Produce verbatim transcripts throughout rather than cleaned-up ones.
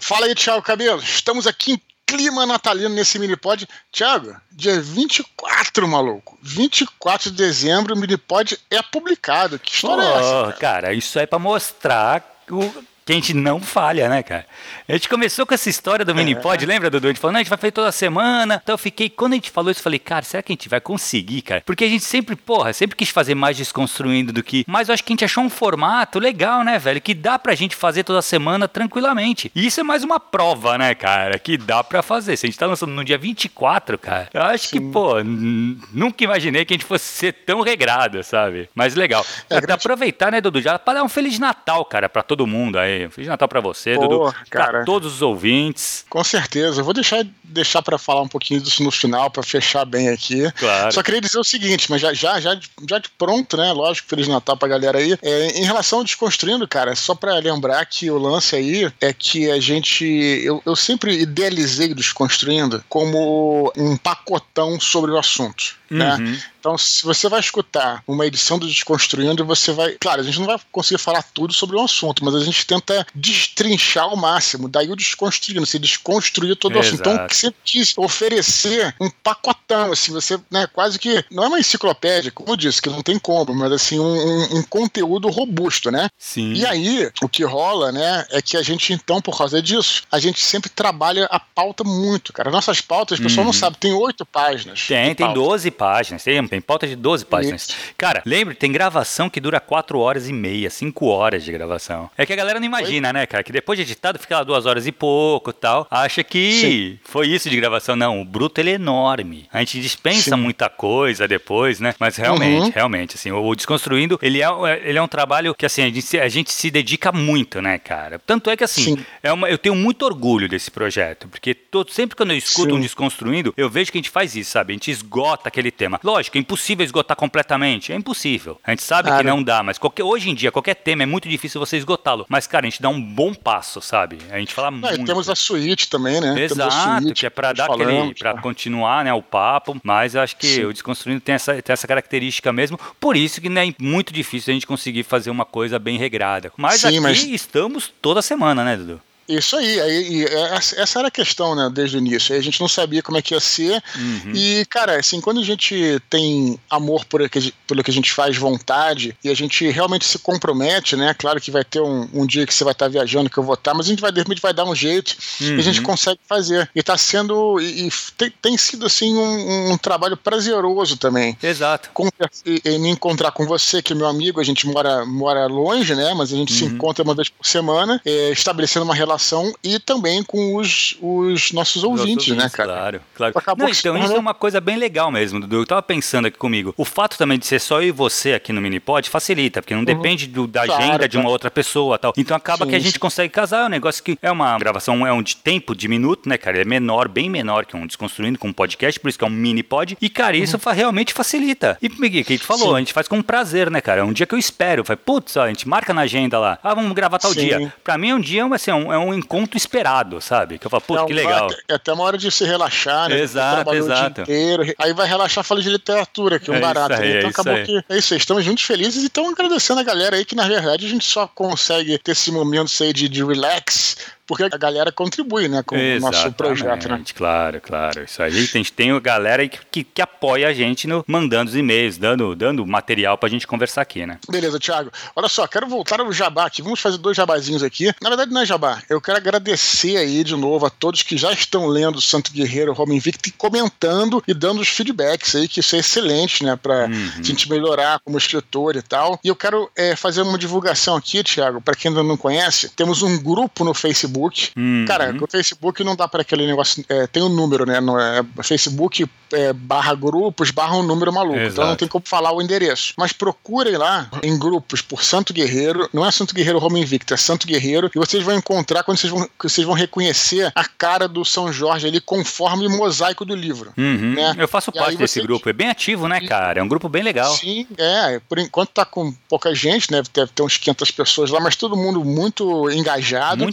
Fala aí, Thiago Cabelo. Estamos aqui em clima natalino nesse Minipod. Thiago, dia vinte e quatro, maluco. vinte e quatro de dezembro, o Minipod é publicado. Que história oh, é essa, cara? Cara, isso é pra mostrar o... que a gente não falha, né, cara? A gente começou com essa história do Minipod, é. Lembra, Dudu? A gente falou, não, a gente vai fazer toda semana. Então eu fiquei, quando a gente falou isso, eu falei, cara, será que a gente vai conseguir, cara? Porque a gente sempre, porra, sempre quis fazer mais desconstruindo do que... Mas eu acho que a gente achou um formato legal, né, velho? Que dá pra gente fazer toda semana tranquilamente. E isso é mais uma prova, né, cara? Que dá pra fazer. Se a gente tá lançando no dia vinte e quatro, cara, eu acho Sim. que, pô, n- nunca imaginei que a gente fosse ser tão regrado, sabe? Mas legal. É, pra aproveitar, né, Dudu? Já pra dar um Feliz Natal, cara, pra todo mundo aí. Feliz Natal pra você, Pô, Dudu, cara, pra todos os ouvintes. Com certeza, eu vou deixar, deixar pra falar um pouquinho disso no final, pra fechar bem aqui. Claro. Só queria dizer o seguinte, mas já, já, já, já de pronto, né, lógico, Feliz Natal pra galera aí. É, em relação ao Desconstruindo, cara, só pra lembrar que o lance aí é que a gente, eu, eu sempre idealizei o Desconstruindo como um pacotão sobre o assunto, uhum. né? Então, se você vai escutar uma edição do Desconstruindo, você vai... Claro, a gente não vai conseguir falar tudo sobre um assunto, mas a gente tenta destrinchar ao máximo. Daí o Desconstruindo, você desconstruir todo o assunto. Então, você quis oferecer um pacotão, assim, você, né, quase que... Não é uma enciclopédia, como eu disse, que não tem como, mas, assim, um, um, um conteúdo robusto, né? Sim. E aí, o que rola, né, é que a gente, então, por causa disso, a gente sempre trabalha a pauta muito, cara. Nossas pautas, o pessoal uhum. não sabe, tem oito páginas. Tem, tem doze páginas, tem... Tem pauta de doze páginas. Isso. Cara, lembre, tem gravação que dura quatro horas e meia, cinco horas de gravação. É que a galera não imagina, Oi? né, cara? Que depois de editado fica lá duas horas e pouco e tal. Acha que Sim. foi isso de gravação. Não, o bruto ele é enorme. A gente dispensa Sim. muita coisa depois, né? Mas realmente, uhum. realmente, assim, o Desconstruindo, ele é, ele é um trabalho que, assim, a gente, a gente se dedica muito, né, cara? Tanto é que, assim, é uma, eu tenho muito orgulho desse projeto, porque todo, sempre quando eu escuto Sim. um Desconstruindo, eu vejo que a gente faz isso, sabe? A gente esgota aquele tema. Lógico, é impossível esgotar completamente, é impossível. A gente sabe claro. que não dá, mas qualquer, hoje em dia, qualquer tema é muito difícil você esgotá-lo. Mas, cara, a gente dá um bom passo, sabe? A gente fala não, muito. E temos a suíte também, né? Exato, suíte, que é pra dar falamos, aquele, pra continuar, né, o papo, mas eu acho que Sim. o Desconstruindo tem essa, tem essa característica mesmo, por isso que né, é muito difícil a gente conseguir fazer uma coisa bem regrada. Mas Sim, aqui mas... estamos toda semana, né, Dudu? Isso aí, aí essa era a questão, né, desde o início. Aí a gente não sabia como é que ia ser. Uhum. E, cara, assim, quando a gente tem amor por pelo que a gente faz, vontade, e a gente realmente se compromete, né? Claro que vai ter um, um dia que você vai estar viajando, que eu vou estar, mas a gente vai, de repente, vai dar um jeito uhum. e a gente consegue fazer. E tá sendo. E, e tem, tem sido, assim, um, um trabalho prazeroso também. Exato. Com, e, e me encontrar com você, que é meu amigo, a gente mora, mora longe, né? Mas a gente uhum. se encontra uma vez por semana, é, estabelecendo uma relação. E também com os, os nossos ouvintes, ouvintes, né, cara? Claro, claro. Não, então, isso é uma coisa bem legal mesmo, Dudu. Eu tava pensando aqui comigo. O fato também de ser só eu e você aqui no Minipod facilita, porque não uhum. depende do, da claro, agenda de uma outra pessoa e tal. Então acaba sim, que a gente sim. consegue casar. É um negócio que é uma gravação, é um de tempo, de minuto, né, cara? É menor, bem menor que um Desconstruindo, com um podcast, por isso que é um Minipod. E, cara, isso uhum. realmente facilita. E, Miguel, que a gente falou, sim. a gente faz com prazer, né, cara? É um dia que eu espero. Faz, putz, ó, a gente marca na agenda lá. Ah, vamos gravar tal sim. dia. Pra mim é um dia, assim, é um, é um encontro esperado, sabe? Que eu falo, putz, é, que legal. É até uma hora de se relaxar, né? Exato, exato. O dia inteiro. Aí vai relaxar, fala de literatura, que é um é barato. Aí, então é acabou aí. que é isso aí. Estamos juntos felizes e estamos agradecendo a galera aí que, na verdade, a gente só consegue ter esse momento aí de, de relax porque a galera contribui, né, com Exatamente, o nosso projeto, né? Claro, claro. Isso aí, a gente tem a galera aí que, que, que apoia a gente no, mandando os e-mails, dando, dando material pra gente conversar aqui, né? Beleza, Thiago. Olha só, quero voltar ao jabá aqui. Vamos fazer dois jabazinhos aqui. Na verdade, não é jabá. Eu quero agradecer aí de novo a todos que já estão lendo Santo Guerreiro Home Invicto e comentando e dando os feedbacks aí, que isso é excelente, né, pra uhum. gente melhorar como escritor e tal. E eu quero é, fazer uma divulgação aqui, Thiago, pra quem ainda não conhece. Temos um grupo no Facebook. Uhum. Cara, o Facebook não dá para aquele negócio. É, tem um número, né? No, é, Facebook é, barra grupos barra um número maluco. Exato. Então não tem como falar o endereço. Mas procurem lá em grupos por Santo Guerreiro. Não é Santo Guerreiro Home Invicto, é Santo Guerreiro. E vocês vão encontrar quando vocês vão, vocês vão reconhecer a cara do São Jorge ali conforme o mosaico do livro. Uhum. Né? Eu faço parte desse vocês... grupo. É bem ativo, né, cara? É um grupo bem legal. Sim, é. Por enquanto tá com pouca gente, né? Deve ter uns quinhentas pessoas lá, mas todo mundo muito engajado. Muito ativo,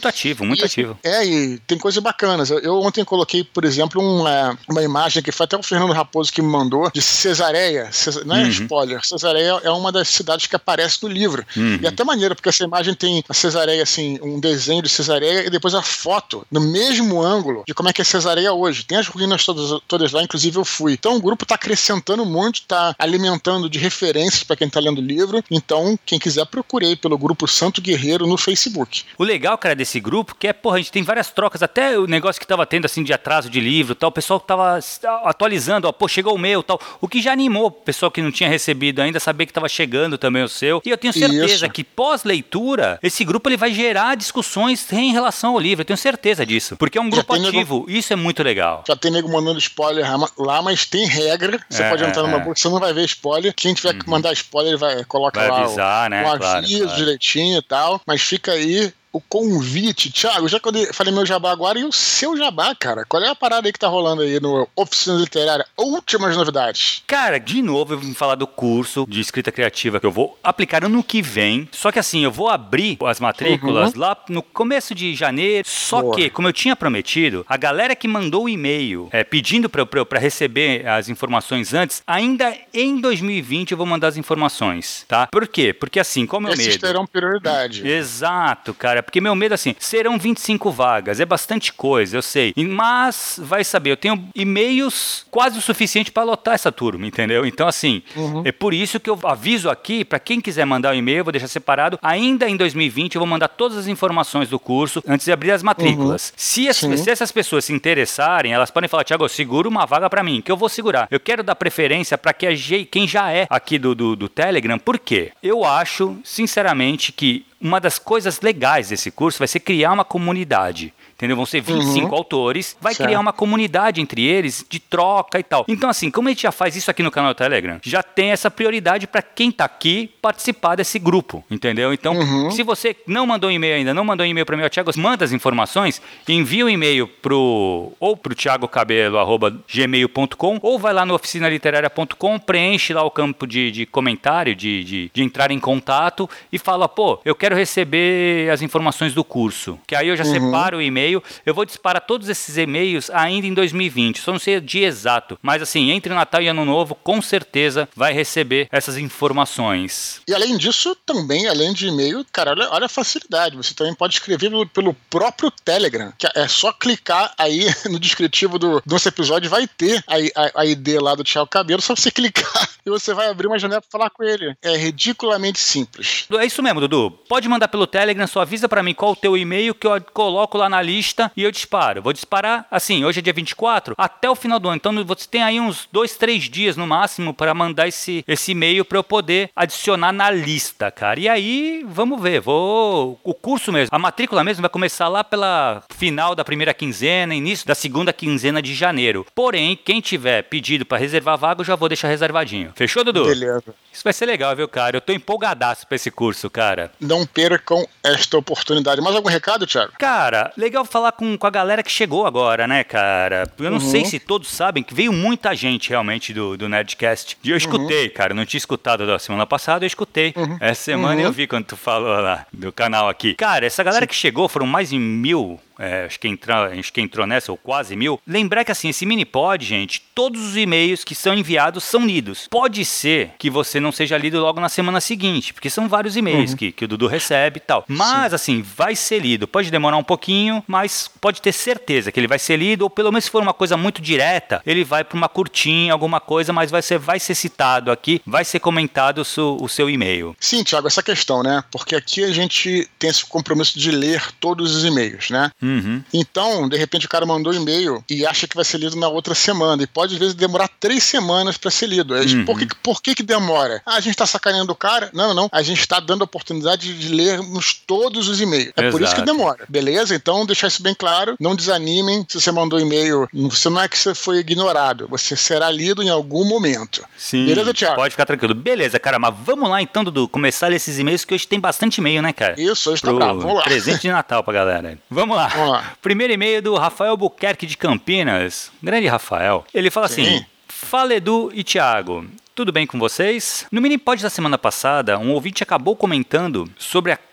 muito e, ativo. É, e tem coisas bacanas. Eu, eu ontem coloquei, por exemplo, uma, uma imagem que foi até o Fernando Raposo que me mandou, de Cesareia. Cesa, não é uhum. spoiler. Cesareia é uma das cidades que aparece no livro. Uhum. E é até maneiro, porque essa imagem tem a Cesareia, assim, um desenho de Cesareia e depois a foto, no mesmo ângulo, de como é que é Cesareia hoje. Tem as ruínas todas, todas lá, inclusive eu fui. Então o grupo tá acrescentando muito, tá alimentando de referências para quem tá lendo o livro. Então, quem quiser, procurei pelo grupo Santo Guerreiro no Facebook. O legal, cara, desse grupo, que é, porra, a gente tem várias trocas, até o negócio que tava tendo, assim, de atraso de livro e tal, o pessoal tava atualizando, ó, pô, chegou o meu e tal, o que já animou o pessoal que não tinha recebido ainda, saber que tava chegando também o seu. E eu tenho certeza Isso. que pós-leitura, esse grupo ele vai gerar discussões em relação ao livro, eu tenho certeza disso, porque é um grupo ativo, nego... isso é muito legal. Já tem nego mandando spoiler lá, mas tem regra, você é, pode entrar numa é. book, você não vai ver spoiler, quem tiver uhum. que mandar spoiler, ele vai, coloca vai lá avisar, o, né? o aviso claro, claro. direitinho e tal, mas fica aí o convite. Thiago, já que eu falei meu jabá agora, e o seu jabá, cara? Qual é a parada aí que tá rolando aí no Oficina Literária? Últimas novidades. Cara, de novo eu vim falar do curso de escrita criativa que eu vou aplicar ano que vem. Só que assim, eu vou abrir as matrículas uhum. lá no começo de janeiro. Só Boa. que, como eu tinha prometido, a galera que mandou o e-mail é, pedindo pra, pra, pra receber as informações antes, ainda em dois mil e vinte eu vou mandar as informações, tá? Por quê? Porque assim, qual é o meu medo? Esses terão prioridade. Exato, cara. Porque meu medo, assim, serão vinte e cinco vagas, é bastante coisa, eu sei. Mas, vai saber, eu tenho e-mails quase o suficiente para lotar essa turma, entendeu? Então, assim, uhum. é por isso que eu aviso aqui, para quem quiser mandar o um e-mail, eu vou deixar separado. Ainda em dois mil e vinte, eu vou mandar todas as informações do curso antes de abrir as matrículas. Uhum. Se, as, se essas pessoas se interessarem, elas podem falar, Thiago, segura uma vaga para mim, que eu vou segurar. Eu quero dar preferência para que a G, quem já é aqui do, do, do Telegram, por quê? Eu acho, sinceramente, que uma das coisas legais desse curso vai ser criar uma comunidade. Entendeu? Vão ser vinte e cinco uhum. autores, vai certo. criar uma comunidade entre eles de troca e tal. Então, assim, como a gente já faz isso aqui no canal do Telegram, já tem essa prioridade para quem tá aqui participar desse grupo, entendeu? Então, uhum. se você não mandou um e-mail ainda, não mandou um e-mail para mim, ó, Thiago, manda as informações, envia um e-mail pro ou pro thiago cabelo arroba gmail ponto com ou vai lá no oficina literaria ponto com, preenche lá o campo de, de comentário, de, de, de entrar em contato e fala, pô, eu quero receber as informações do curso, que aí eu já uhum. separo o e-mail. Eu vou disparar todos esses e-mails ainda em dois mil e vinte, só não sei o dia exato, mas assim, entre Natal e Ano Novo, com certeza vai receber essas informações. E além disso, também, além de e-mail, cara, olha, olha a facilidade, você também pode escrever pelo, pelo próprio Telegram, que é só clicar aí no descritivo do, do nosso episódio, vai ter a, a, a I D lá do Thiago Cabelo, só você clicar e você vai abrir uma janela para falar com ele. É ridiculamente simples. É isso mesmo, Dudu. Pode mandar pelo Telegram, só avisa para mim qual o teu e-mail que eu coloco lá na lista e eu disparo. Vou disparar, assim, hoje é dia vinte e quatro, até o final do ano. Então você tem aí uns dois, três dias no máximo para mandar esse, esse e-mail para eu poder adicionar na lista, cara. E aí, vamos ver. Vou... O curso mesmo, a matrícula mesmo vai começar lá pela final da primeira quinzena, início da segunda quinzena de janeiro. Porém, quem tiver pedido para reservar vaga, eu já vou deixar reservadinho. Fechou, Dudu? Beleza. Isso vai ser legal, viu, cara? Eu tô empolgadaço pra esse curso, cara. Não percam esta oportunidade. Mais algum recado, Thiago? Cara, legal falar com, com a galera que chegou agora, né, cara? Eu não uhum. sei se todos sabem que veio muita gente realmente do, do Nerdcast. Eu escutei, uhum. cara, não tinha escutado da semana passada, eu escutei. Uhum. Essa semana uhum. eu vi quando tu falou lá do canal aqui. Cara, essa galera Sim. que chegou foram mais de mil... É, acho, que entra, acho que entrou nessa, ou quase mil. Lembrar que assim, esse mini-pod, gente, todos os e-mails que são enviados são lidos. Pode ser que você não seja lido logo na semana seguinte, porque são vários e-mails uhum. que, que o Dudu recebe e tal. Mas, Sim. assim, vai ser lido. Pode demorar um pouquinho, mas pode ter certeza que ele vai ser lido, ou pelo menos se for uma coisa muito direta, ele vai para uma curtinha, alguma coisa, mas vai ser, vai ser citado aqui, vai ser comentado o seu, o seu e-mail. Sim, Thiago, essa questão, né? Porque aqui a gente tem esse compromisso de ler todos os e-mails, né? Uhum. Uhum. Então, de repente o cara mandou um e-mail e acha que vai ser lido na outra semana, e pode às vezes demorar três semanas para ser lido. Uhum. Por, que, por que que demora? Ah, a gente tá sacaneando o cara? Não, não, a gente tá dando a oportunidade de lermos todos os e-mails. É Exato. Por isso que demora, beleza? Então, deixar isso bem claro, não desanimem se você mandou e-mail, você não é que você foi ignorado, você será lido em algum momento. Sim, beleza, Thiago? Pode ficar tranquilo. Beleza, cara, mas vamos lá então, Dudu, começar a ler esses e-mails, que hoje tem bastante e-mail, né, cara? Isso, hoje tá bravo, vamos lá. Presente de Natal pra galera. Vamos lá. Vamos lá. Primeiro e-mail do Rafael Buquerque de Campinas. Grande Rafael. Ele fala Sim. assim: Fala, Edu e Thiago. Tudo bem com vocês? No mini-pod da semana passada, um ouvinte acabou comentando sobre a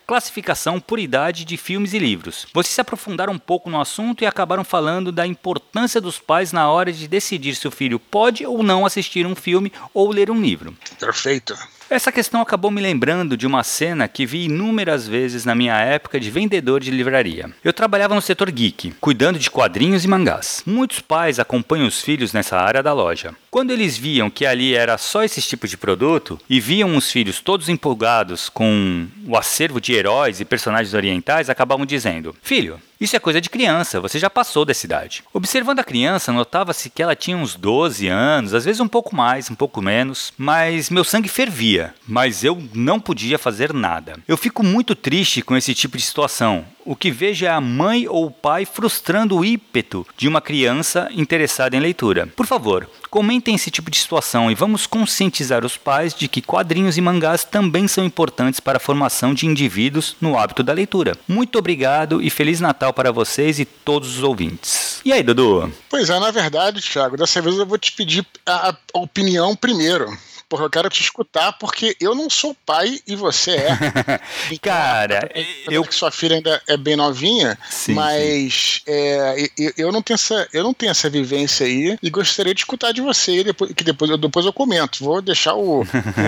classificação por idade de filmes e livros. Vocês se aprofundaram um pouco no assunto e acabaram falando da importância dos pais na hora de decidir se o filho pode ou não assistir um filme ou ler um livro. Perfeito. Essa questão acabou me lembrando de uma cena que vi inúmeras vezes na minha época de vendedor de livraria. Eu trabalhava no setor geek, cuidando de quadrinhos e mangás. Muitos pais acompanham os filhos nessa área da loja. Quando eles viam que ali era só esse tipo de produto e viam os filhos todos empolgados com o acervo de heróis e personagens orientais, acabavam dizendo: "Filho, isso é coisa de criança, você já passou dessa idade." Observando a criança, notava-se que ela tinha uns doze anos, às vezes um pouco mais, um pouco menos, mas meu sangue fervia, mas eu não podia fazer nada. Eu fico muito triste com esse tipo de situação. O que vejo é a mãe ou o pai frustrando o ímpeto de uma criança interessada em leitura. Por favor, comentem esse tipo de situação e vamos conscientizar os pais de que quadrinhos e mangás também são importantes para a formação de indivíduos no hábito da leitura. Muito obrigado e Feliz Natal para vocês e todos os ouvintes. E aí, Dudu? Pois é, na verdade, Thiago, dessa vez eu vou te pedir a, a opinião primeiro. Porque eu quero te escutar, porque eu não sou pai e você é. Então, cara, eu... que sua filha ainda é bem novinha, sim, sim. mas é, eu, eu, não tenho essa, eu não tenho essa vivência aí e gostaria de escutar de você, depois, que depois, eu, depois eu comento. Vou deixar o, o,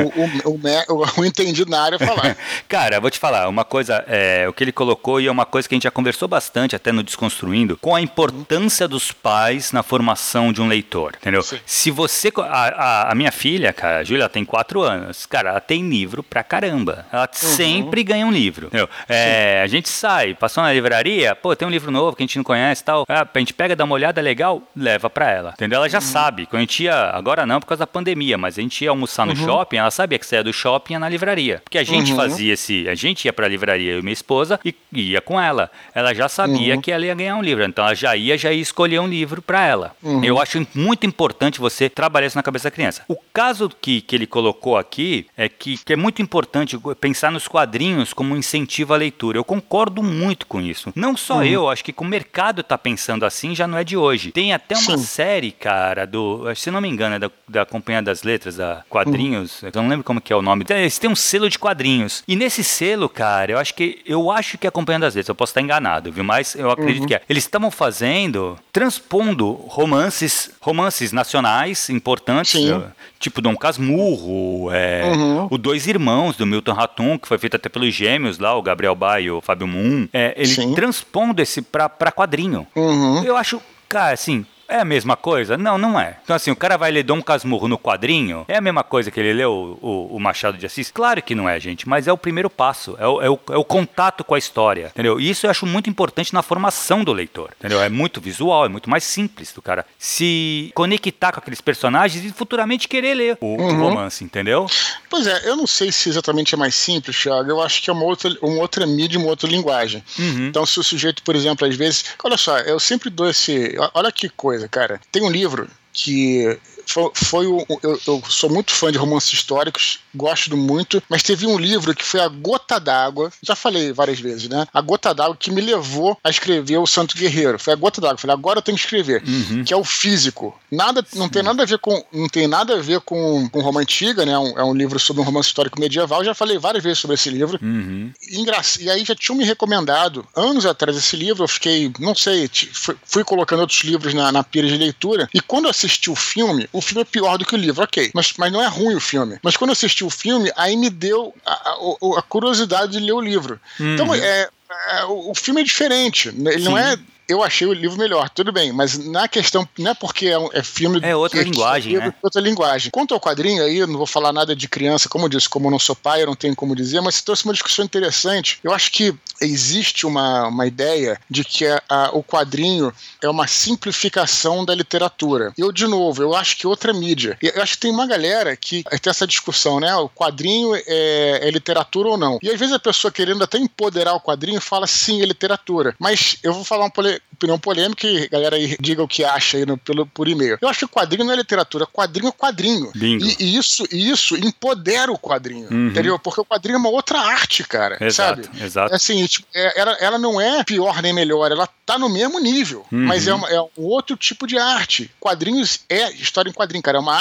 o, o, o, o entendido na área falar. Cara, vou te falar, uma coisa, é, o que ele colocou, e é uma coisa que a gente já conversou bastante, até no Desconstruindo, com a importância dos pais na formação de um leitor, entendeu? Sim. Se você... A, a, a minha filha, cara, Júlia tem quatro anos. Cara, ela tem livro pra caramba. Ela uhum. sempre ganha um livro. É, a gente sai, passou na livraria, pô, tem um livro novo que a gente não conhece e tal. Ah, a gente pega, dá uma olhada legal, leva pra ela. Entendeu? Ela já uhum. sabe. Quando a gente ia, agora não por causa da pandemia, mas a gente ia almoçar no uhum. shopping, ela sabia que saía do shopping e ia na livraria. Porque a gente uhum. fazia esse... A gente ia pra livraria, eu e minha esposa, e ia com ela. Ela já sabia uhum. que ela ia ganhar um livro. Então ela já ia, já ia escolher um livro pra ela. Uhum. Eu acho muito importante você trabalhar isso na cabeça da criança. O caso que que ele colocou aqui é que, que é muito importante pensar nos quadrinhos como um incentivo à leitura. Eu concordo muito com isso. Não só uhum. eu, acho que o mercado está pensando assim, já não é de hoje. Tem até uma Sim. série, cara, do, se não me engano, é da, da Companhia das Letras, da Quadrinhos, uhum. eu não lembro como que é o nome. Eles têm um selo de quadrinhos. E nesse selo, cara, eu acho que eu acho que é a Companhia das Letras, eu posso estar enganado, viu? Mas eu acredito uhum. que é. Eles estavam fazendo, transpondo romances, romances nacionais importantes, Sim. tipo Dom Casmurro, é, uhum. o Dois Irmãos, do Milton Ratum, que foi feito até pelos gêmeos lá, o Gabriel Ba e o Fábio Moon. É, ele Sim. transpondo esse pra, pra quadrinho. Uhum. Eu acho, cara, assim... É a mesma coisa? Não, não é. Então assim, o cara vai ler Dom Casmurro no quadrinho, é a mesma coisa que ele leu o, o Machado de Assis? Claro que não é, gente, mas é o primeiro passo, é o, é o, é o contato com a história, entendeu? E isso eu acho muito importante na formação do leitor, entendeu? É muito visual, é muito mais simples do cara se conectar com aqueles personagens e futuramente querer ler o, uhum. o romance, entendeu? Pois é, eu não sei se exatamente é mais simples, Thiago, eu acho que é uma outra, uma outra mídia, uma outra linguagem. Uhum. Então se o sujeito, por exemplo, às vezes... Olha só, eu sempre dou esse... Olha que coisa, cara. Tem um livro que foi, foi o, eu, eu sou muito fã de romances históricos, gosto muito, mas teve um livro que foi a gota d'água, já falei várias vezes, né? A gota d'água que me levou a escrever o Santo Guerreiro. Foi a gota d'água. Falei, agora eu tenho que escrever, uhum. que é o Físico. Nada, não tem nada a ver com, não tem nada a ver com, com Roma Antiga, né? Um, é um livro sobre um romance histórico medieval. Já falei várias vezes sobre esse livro. Uhum. E, e aí já tinham me recomendado anos atrás esse livro. Eu fiquei, não sei, fui, fui colocando outros livros na, na pira de leitura. E quando eu assisti o filme, o filme é pior do que o livro, ok. Mas, mas não é ruim o filme. Mas quando eu assisti o filme, aí me deu a, a, a curiosidade de ler o livro. Uhum. Então, é, é, o, o filme é diferente. Ele Sim. não é... Eu achei o livro melhor, tudo bem, mas na questão, não é porque é, um, é filme... É outra linguagem, é né? Outra linguagem. Quanto ao quadrinho aí, eu não vou falar nada de criança, como eu disse, como eu não sou pai, eu não tenho como dizer, mas se trouxe uma discussão interessante. Eu acho que existe uma, uma ideia de que a, a, o quadrinho é uma simplificação da literatura. Eu, de novo, eu acho que outra mídia. Eu acho que tem uma galera que tem essa discussão, né? O quadrinho é, é literatura ou não. E às vezes a pessoa querendo até empoderar o quadrinho fala sim, é literatura. Mas eu vou falar um pole... opinião polêmica e a galera aí diga o que acha aí no, pelo, por e-mail. Eu acho que quadrinho não é literatura, quadrinho é quadrinho. E, e isso, e isso empodera o quadrinho, uhum. entendeu? Porque o quadrinho é uma outra arte, cara, exato, sabe? Exato. Assim, tipo, é, ela, ela não é pior nem melhor, ela tá no mesmo nível, uhum. mas é, uma, é um outro tipo de arte. Quadrinhos é história em quadrinho, cara, é uma arte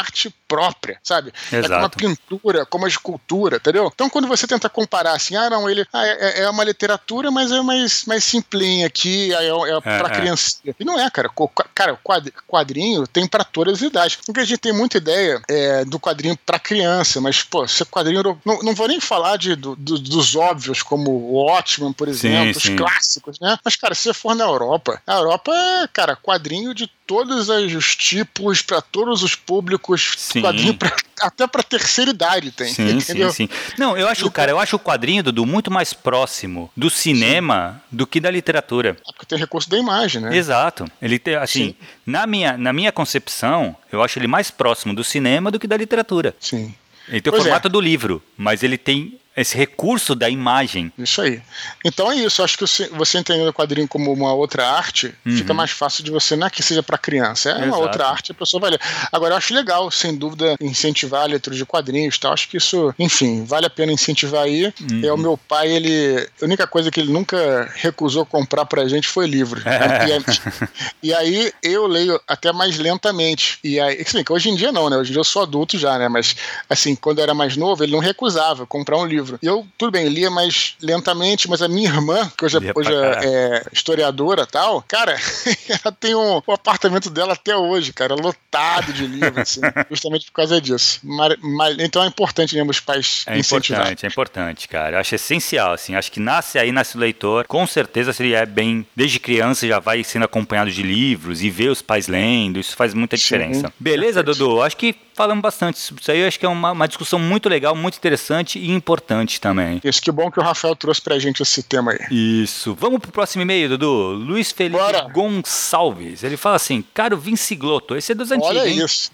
própria, sabe? Exato. É como a pintura, como a escultura, entendeu? Então, quando você tenta comparar assim, ah, não, ele ah, é, é uma literatura, mas é mais, mais simplinha aqui, é, é, é pra é, criança. É. E não é, cara. Cara, quadrinho tem pra todas as idades. Porque a gente tem muita ideia é, do quadrinho pra criança, mas, pô, esse quadrinho... Não, não vou nem falar de, do, do, dos óbvios, como o Watchmen, por exemplo, sim, os sim. clássicos, né? Mas, cara, se você for na Europa, a Europa é, cara, quadrinho de todos os tipos, para todos os públicos, sim. quadrinho pra, até para terceira idade tem. Sim, entendeu? sim, sim. Não, eu acho, cara, eu acho o quadrinho, Dudu, muito mais próximo do cinema sim. do que da literatura. É porque tem recurso da imagem, né? Exato. Ele tem, assim, na minha, na minha concepção, eu acho ele mais próximo do cinema do que da literatura. Sim. Ele tem o pois formato é. do livro, mas ele tem esse recurso da imagem. Isso aí. Então é isso. Acho que você entendendo o quadrinho como uma outra arte, uhum. fica mais fácil de você, não é que seja para criança, é Exato. Uma outra arte, a pessoa vai ler. Agora, eu acho legal, sem dúvida, incentivar a leitura de quadrinhos e tal. Acho que isso, enfim, vale a pena incentivar aí. Uhum. É o meu pai, ele... A única coisa que ele nunca recusou comprar pra gente foi livro. É. E, e aí, eu leio até mais lentamente. E aí, assim, que hoje em dia não, né? Hoje em dia eu sou adulto já, né? Mas, assim, quando eu era mais novo, ele não recusava comprar um livro. E eu, tudo bem, lia mais lentamente, mas a minha irmã, que hoje, hoje é historiadora e tal, cara, ela tem um, um apartamento dela até hoje, cara, lotado de livros, assim, justamente por causa disso. Mas, mas, então é importante mesmo os pais é incentivar. É importante, é importante, cara. Eu acho essencial, assim, acho que nasce aí, nasce o leitor, com certeza se ele é bem, desde criança já vai sendo acompanhado de livros e ver os pais lendo, isso faz muita diferença. Sim, beleza, perfeito. Dudu? Acho que falamos bastante sobre isso aí, eu acho que é uma, uma discussão muito legal, muito interessante e importante também. Isso, que bom que o Rafael trouxe pra gente esse tema aí. Isso. Vamos pro próximo e-mail, Dudu. Luiz Felipe Bora. Gonçalves. Ele fala assim, caro Vinci Glotto, esse é dos antigos, Olha hein? isso.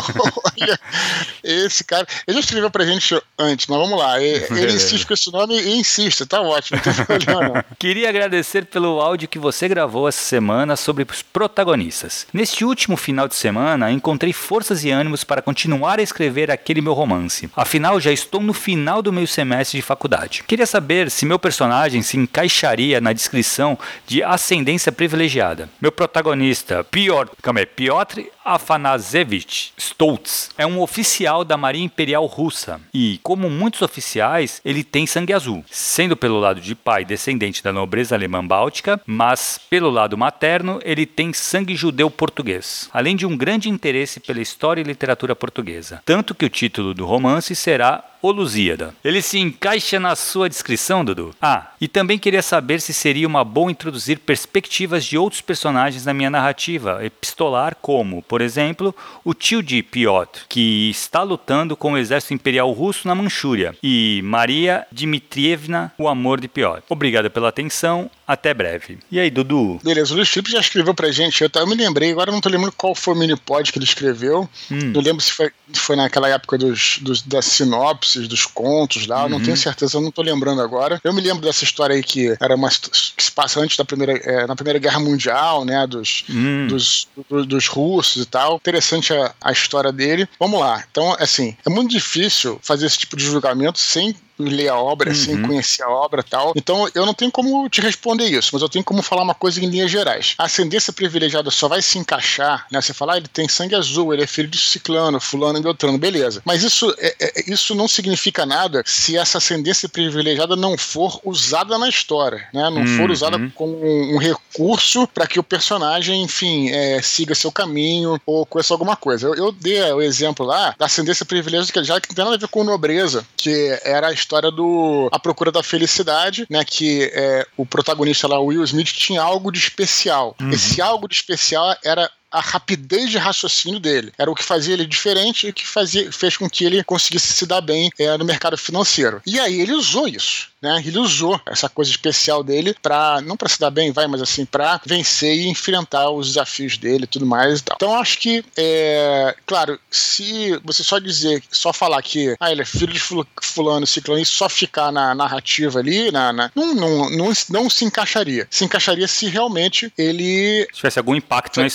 Olha, esse cara, ele já escreveu pra gente antes, mas vamos lá, ele, ele insiste com esse nome e insiste, tá ótimo, não tem problema não. Queria agradecer pelo áudio que você gravou essa semana sobre os protagonistas. Neste último final de semana, encontrei forças e ânimos para continuar a escrever aquele meu romance. Afinal, já estou no final do meu semestre de faculdade. Queria saber se meu personagem se encaixaria na descrição de ascendência privilegiada. Meu protagonista, Piotr, calma aí, Piotr Afanasevich Stoltz é um oficial da Marinha Imperial Russa e, como muitos oficiais, ele tem sangue azul, sendo pelo lado de pai descendente da nobreza alemã báltica, mas pelo lado materno ele tem sangue judeu português, além de um grande interesse pela história e literatura portuguesa, tanto que o título do romance será O Lusíada. Ele se encaixa na sua descrição, Dudu? Ah, e também queria saber se seria uma boa introduzir perspectivas de outros personagens na minha narrativa epistolar, como, por exemplo, o tio de Piotr, que está lutando com o exército imperial russo na Manchúria, e Maria Dmitrievna, o amor de Piotr. Obrigado pela atenção, até breve. E aí, Dudu? Beleza, o Luiz Felipe já escreveu pra gente, eu, eu me lembrei, agora não tô lembrando qual foi o minipod que ele escreveu, hum. não lembro se foi, foi naquela época dos, dos, da sinopse, dos contos lá, uhum. não tenho certeza, eu não tô lembrando agora. Eu me lembro dessa história aí que era uma que se passa antes da primeira, é, na Primeira Guerra Mundial, né, dos, uhum. dos, do, dos russos e tal. Interessante a, a história dele. Vamos lá. Então, assim, é muito difícil fazer esse tipo de julgamento sem ler a obra, uhum. sem conhecer a obra e tal. Então, eu não tenho como te responder isso, mas eu tenho como falar uma coisa em linhas gerais. A ascendência privilegiada só vai se encaixar, né? Você fala, ah, ele tem sangue azul, ele é filho de ciclano, fulano e beltrano, beleza. Mas isso, é, é, isso não significa nada se essa ascendência privilegiada não for usada na história, né? Não uhum. for usada como um, um recurso para que o personagem, enfim, é, siga seu caminho ou conheça alguma coisa. Eu, eu dei o exemplo lá da ascendência privilegiada que já que não tem nada a ver com nobreza, que era a história do A Procura da Felicidade, né, que é, o protagonista lá, Will Smith, tinha algo de especial. Uhum. Esse algo de especial era a rapidez de raciocínio dele. Era o que fazia ele diferente e que fazia, fez com que ele conseguisse se dar bem é, no mercado financeiro. E aí ele usou isso, né? Ele usou essa coisa especial dele para, não para se dar bem, vai, mas assim, para vencer e enfrentar os desafios dele e tudo mais e tal. Então acho que, é, claro, se você só dizer, só falar que ah, ele é filho de fulano, ciclano, e só ficar na narrativa ali, na, na, não, não, não, não se encaixaria. Se encaixaria se realmente ele... tivesse algum impacto na história, né?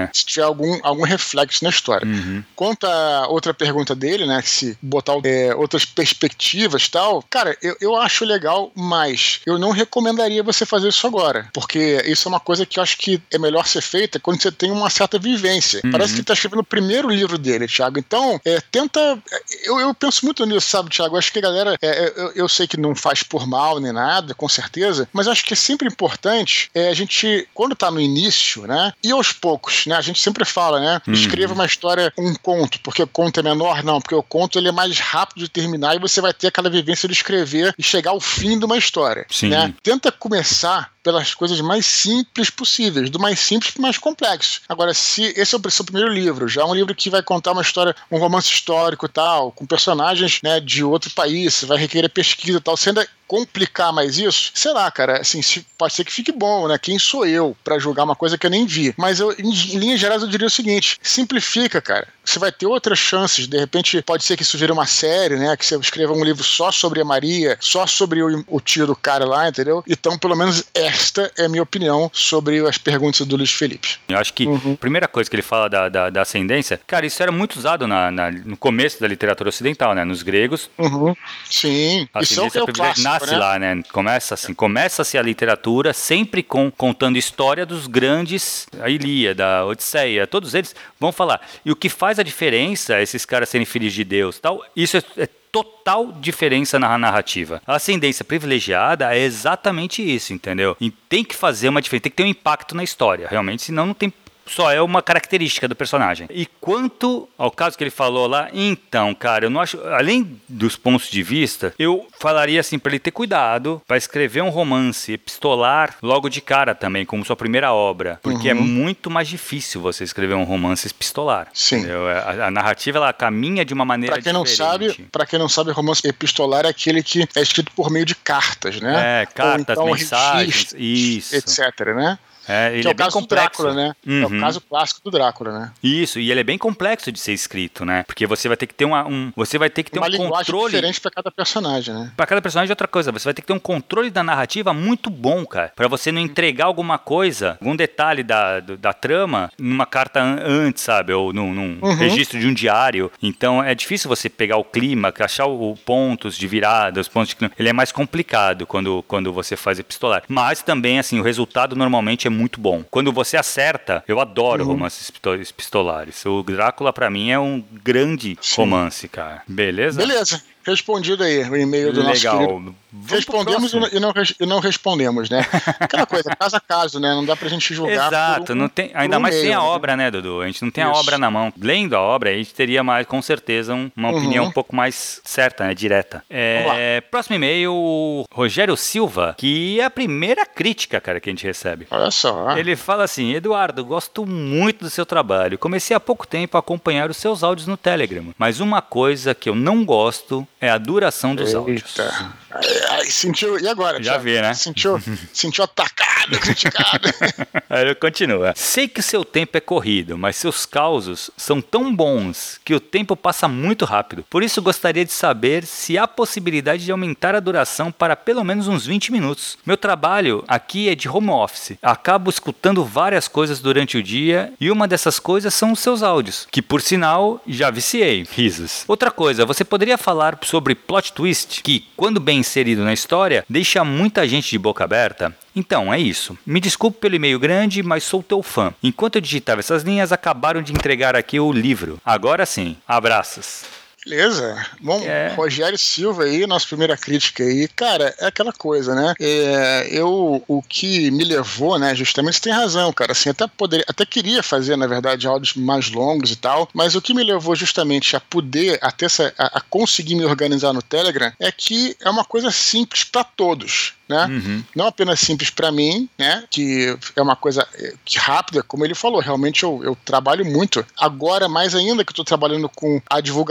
né? Se tiver algum, algum reflexo na história. Uhum. Quanto a outra pergunta dele, né, que se botar é, outras perspectivas e tal, cara, eu, eu acho legal, mas eu não recomendaria você fazer isso agora, porque isso é uma coisa que eu acho que é melhor ser feita quando você tem uma certa vivência. Uhum. Parece que ele tá escrevendo o primeiro livro dele, Thiago. Então, é, tenta... Eu, eu penso muito nisso, sabe, Thiago? Eu acho que a galera... É, eu, eu sei que não faz por mal nem nada, com certeza, mas acho que é sempre importante é, a gente, quando tá no início, né, e aos poucos, né, a gente sempre fala, né, uhum. escreva uma história, um conto, porque o conto é menor? Não, porque o conto ele é mais rápido de terminar e você vai ter aquela vivência de escrever e chegar ao fim de uma história. Sim. Né? Tenta começar pelas coisas mais simples possíveis, do mais simples para o mais complexo. Agora, se esse é o seu primeiro livro, já é um livro que vai contar uma história, um romance histórico e tal, com personagens, né, de outro país, você vai requerer pesquisa e tal, você ainda complicar mais isso, sei lá, cara, assim, se, pode ser que fique bom, né? Quem sou eu pra julgar uma coisa que eu nem vi? Mas eu, em, em linhas gerais, eu diria o seguinte: simplifica, cara. Você vai ter outras chances. De repente, pode ser que isso vire uma série, né? Que você escreva um livro só sobre a Maria, só sobre o, o tio do cara lá, entendeu? Então, pelo menos esta é a minha opinião sobre as perguntas do Luiz Felipe. Eu acho que uhum. a primeira coisa que ele fala da, da, da ascendência, cara, isso era muito usado na, na, no começo da literatura ocidental, né? Nos gregos. Uhum. Sim. A isso é o que é o clássico. Nasce né? lá, né? Começa assim, começa-se a literatura sempre com, contando história dos grandes, a Ilíada, a Odisseia, todos eles vão falar. E o que faz a diferença, esses caras serem filhos de Deus, tal, isso é, é total diferença na narrativa. A ascendência privilegiada é exatamente isso, entendeu? E tem que fazer uma diferença, tem que ter um impacto na história, realmente, senão não tem. Só é uma característica do personagem. E quanto ao caso que ele falou lá, então, cara, eu não acho... Além dos pontos de vista, eu falaria assim para ele ter cuidado para escrever um romance epistolar logo de cara também, como sua primeira obra. Porque uhum. é muito mais difícil você escrever um romance epistolar. Sim. A, a narrativa, ela caminha de uma maneira pra quem diferente. Não sabe, para quem não sabe, romance epistolar é aquele que é escrito por meio de cartas, né? É, cartas, então, mensagens, registros, isso. etc, né? É, ele que é o é bem caso complexo. do Drácula, né? Uhum. É o caso clássico do Drácula, né? Isso, e ele é bem complexo de ser escrito, né? Porque você vai ter que ter uma, um, você vai ter que ter uma um linguagem controle diferente para cada personagem, né? Para cada personagem é outra coisa. Você vai ter que ter um controle da narrativa muito bom, cara, para você não entregar alguma coisa, algum detalhe da, do, da trama numa carta antes, sabe? Ou num, num uhum. registro de um diário. Então é difícil você pegar o clima, achar os pontos de virada, os pontos de clima. Ele é mais complicado quando, quando você faz epistolar. Mas também, assim, o resultado normalmente é muito bom. Quando você acerta, eu adoro uhum. romances epistolares. O Drácula, pra mim, é um grande Sim. romance, cara. Beleza? Beleza. Respondido aí o e-mail do Legal. nosso querido. Respondemos e não, e não respondemos, né? Aquela coisa, caso a caso, né? Não dá pra gente julgar. Exato, um, não tem, ainda um mais sem a né? obra, né, Dudu? A gente não tem Isso. a obra na mão. Lendo a obra, a gente teria mais, com certeza, um, uma uhum. opinião um pouco mais certa, né? Direta. É, próximo e-mail, Rogério Silva, que é a primeira crítica, cara, que a gente recebe. Olha só. Ele fala assim: Eduardo, gosto muito do seu trabalho. Comecei há pouco tempo a acompanhar os seus áudios no Telegram. Mas uma coisa que eu não gosto é a duração dos Eita. áudios. Ai, ai, sentiu, e agora? Já vi, né? Sentiu, sentiu atacado, criticado. Aí ele continua. Sei que seu tempo é corrido, mas seus causos são tão bons que o tempo passa muito rápido. Por isso gostaria de saber se há possibilidade de aumentar a duração para pelo menos uns vinte minutos. Meu trabalho aqui é de home office. Acabo escutando várias coisas durante o dia e uma dessas coisas são os seus áudios, que por sinal já viciei. Risos. Outra coisa, você poderia falar sobre plot twist, que quando bem inserido na história, deixa muita gente de boca aberta? Então, é isso. Me desculpe pelo e-mail grande, mas sou teu fã. Enquanto eu digitava essas linhas, acabaram de entregar aqui o livro. Agora sim, abraços. Beleza. Bom, é. Rogério Silva aí, nossa primeira crítica aí. Cara, é aquela coisa, né? É, eu, o que me levou, né, justamente, você tem razão, cara, assim, até poderia, até queria fazer, na verdade, áudios mais longos e tal, mas o que me levou justamente a poder, a, ter essa, a, a conseguir me organizar no Telegram, é que é uma coisa simples para todos. Né? Uhum. Não apenas simples para mim, né? Que é uma coisa que rápida, como ele falou, realmente eu, eu trabalho muito. Agora, mais ainda que eu estou trabalhando com a divulgação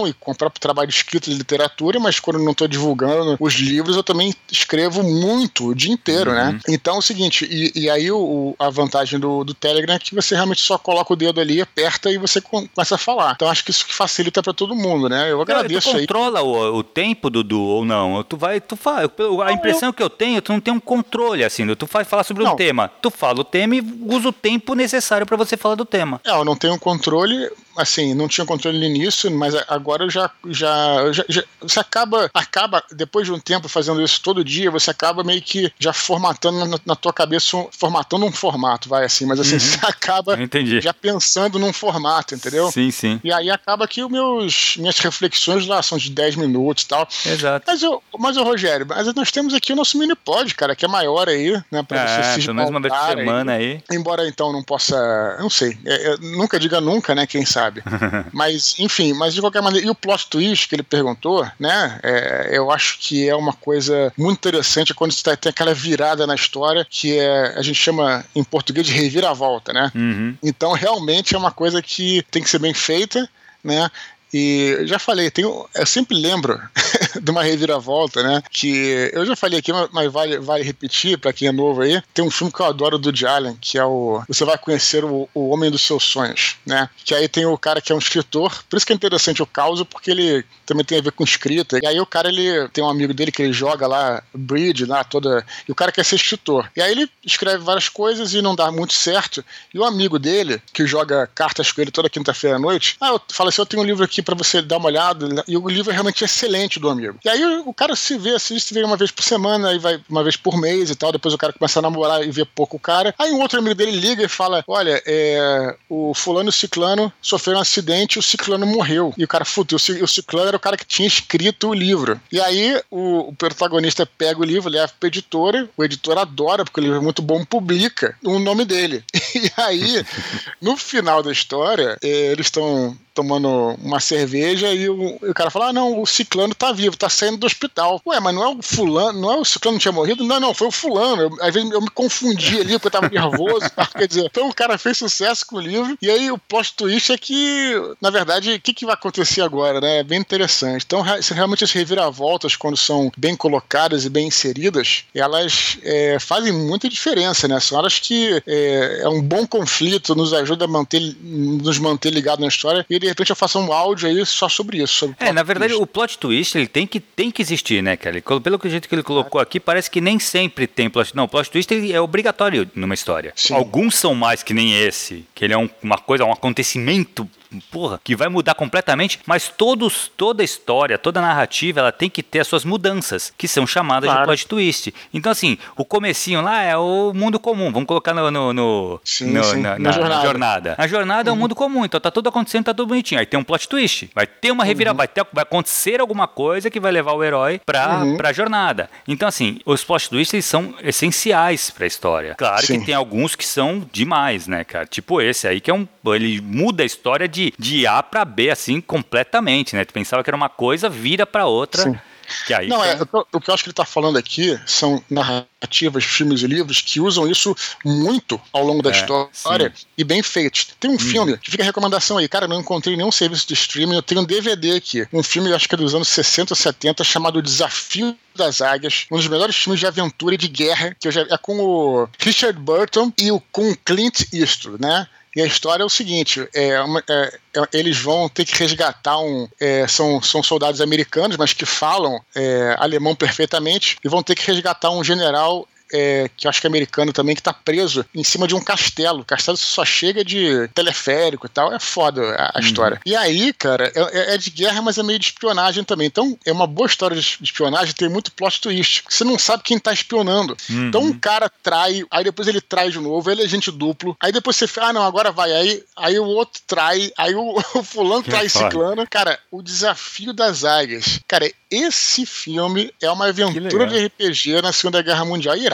e com o próprio trabalho de escrita de literatura, mas quando eu não estou divulgando os livros, eu também escrevo muito o dia inteiro, uhum. né? Então é o seguinte, e, e aí o, a vantagem do, do Telegram é que você realmente só coloca o dedo ali, aperta e você começa a falar. Então acho que isso que facilita para todo mundo, né? Eu agradeço tu aí. Tu controla o, o tempo, Dudu, ou não? Tu vai, tu fala, a impressão que eu tenho, tu não tem um controle, assim, tu vai falar sobre um não. tema, tu fala o tema e usa o tempo necessário para você falar do tema. É, eu não tenho controle, assim, não tinha controle no início, mas agora eu já, já, já, já você acaba, acaba, depois de um tempo fazendo isso todo dia, você acaba meio que já formatando na, na tua cabeça, um, formatando um formato, vai assim, mas assim, uhum. você acaba já pensando num formato, entendeu? Sim, sim. E aí acaba que os meus, minhas reflexões lá são de dez minutos e tal. Exato. Mas, eu, mas eu, Rogério, mas nós temos aqui o nosso mini pod, cara, que é maior aí, né, pra é, você se mais uma vez por semana aí. aí. Embora então não possa, eu não sei, é, é, nunca diga nunca, né, quem sabe. Mas, enfim, mas de qualquer maneira, e o plot twist que ele perguntou, né, é, eu acho que é uma coisa muito interessante quando você tem aquela virada na história, que é, a gente chama em português de reviravolta, né? Uhum. Então, realmente é uma coisa que tem que ser bem feita, né? E já falei, tenho, eu sempre lembro de uma reviravolta, né? Que eu já falei aqui, mas vale, vale repetir para quem é novo aí. Tem um filme que eu adoro do Woody Allen, que é o Você Vai Conhecer o, o Homem dos Seus Sonhos, né? Que aí tem o cara que é um escritor, por isso que é interessante o caso, porque ele também tem a ver com escrita. E aí o cara, ele tem um amigo dele que ele joga lá, Bridge, lá toda. E o cara quer ser escritor. E aí ele escreve várias coisas e não dá muito certo. E o amigo dele, que joga cartas com ele toda quinta-feira à noite, ah, eu falo assim: eu tenho um livro aqui pra você dar uma olhada, e o livro é realmente excelente do amigo. E aí o cara se vê, assiste, vê uma vez por semana, aí vai uma vez por mês e tal, depois o cara começa a namorar e vê pouco o cara. Aí um outro amigo dele liga e fala: olha, é, o fulano e o ciclano sofreram um acidente e o ciclano morreu. E o cara, puta, o ciclano era o cara que tinha escrito o livro. E aí o, o protagonista pega o livro, leva pra editora, o editor adora, porque o livro é muito bom, publica o nome dele. E aí, no final da história, é, eles estão tomando uma cerveja e o, e o cara fala: ah, não, o ciclano tá vivo, tá saindo do hospital. Ué, mas não é o fulano, não é o ciclano que tinha morrido? Não, não, foi o fulano. Eu, às vezes eu me confundi ali porque eu tava nervoso. Quer dizer, então o cara fez sucesso com o livro e aí o plot twist é que, na verdade, o que, que vai acontecer agora, né? É bem interessante. Então, realmente as reviravoltas, quando são bem colocadas e bem inseridas, elas é, fazem muita diferença, né? São horas que é, é um bom conflito, nos ajuda a manter, nos manter ligados na história e de repente eu faço um áudio aí só sobre isso. Sobre é, na verdade, twist. O plot twist ele tem que, tem que existir, né, cara? Pelo jeito que ele colocou aqui, parece que nem sempre tem plot. Não, o plot twist ele é obrigatório numa história. Sim. Alguns são mais que nem esse, que ele é um, uma coisa, um acontecimento, porra, que vai mudar completamente, mas todos, toda a história, toda a narrativa, ela tem que ter as suas mudanças, que são chamadas claro. de plot twist. Então, assim, o comecinho lá é o mundo comum, vamos colocar no, no, no, sim, no sim. Na, na, na, jornada. na jornada. A jornada uhum. é um mundo comum, então tá tudo acontecendo, tá tudo bonitinho. Aí tem um plot twist, vai ter uma reviravolta, uhum. vai, vai acontecer alguma coisa que vai levar o herói pra, uhum. pra jornada. Então, assim, os plot twists eles são essenciais pra história. Claro sim. que tem alguns que são demais, né, cara? Tipo esse aí, que é um, ele muda a história de, de A pra B, assim, completamente, né? Tu pensava que era uma coisa, vira pra outra. Sim. Que aí não, tem... é, o que eu acho que ele está falando aqui são narrativas, filmes e livros que usam isso muito ao longo da é, história sim. e bem feitos. Tem um hum. filme, que fica a recomendação aí, cara, eu não encontrei nenhum serviço de streaming, eu tenho um D V D aqui, um filme, acho que é dos anos sessenta ou setenta, chamado Desafio das Águias, um dos melhores filmes de aventura e de guerra, que eu já, é com o Richard Burton e o, com o Clint Eastwood, né? E a história é o seguinte, é uma, é, é, eles vão ter que resgatar um... É, são, são soldados americanos, mas que falam é, alemão perfeitamente, e vão ter que resgatar um general... É, que eu acho que é americano também, que tá preso em cima de um castelo. O castelo só chega de teleférico e tal. É foda a, a uhum. história. E aí, cara, é, é de guerra, mas é meio de espionagem também. Então, é uma boa história de espionagem, tem muito plot twist. Você não sabe quem tá espionando. Uhum. Então, um cara trai, aí depois ele trai de novo, ele é agente duplo. Aí depois você fala, ah, não, agora vai. Aí, aí o outro trai, aí o, o fulano que trai ciclano. Cara, o Desafio das Águias. Cara, esse filme é uma aventura de R P G na Segunda Guerra Mundial. Irado.